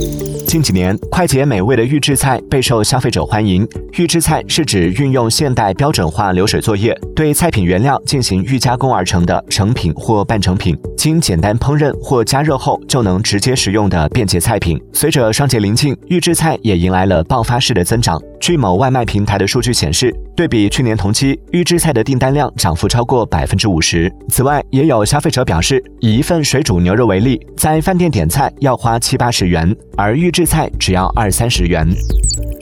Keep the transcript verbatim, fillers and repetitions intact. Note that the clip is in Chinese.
近几年，快捷美味的预制菜备受消费者欢迎。预制菜是指运用现代标准化流水作业，对菜品原料进行预加工而成的成品或半成品，经简单烹饪或加热后就能直接食用的便捷菜品。随着双节临近，预制菜也迎来了爆发式的增长。据某外卖平台的数据显示，对比去年同期，预制菜的订单量涨幅超过百分之五十。此外，也有消费者表示，以一份水煮牛肉为例，在饭店点菜要花七八十元，而预制菜只要二三十元。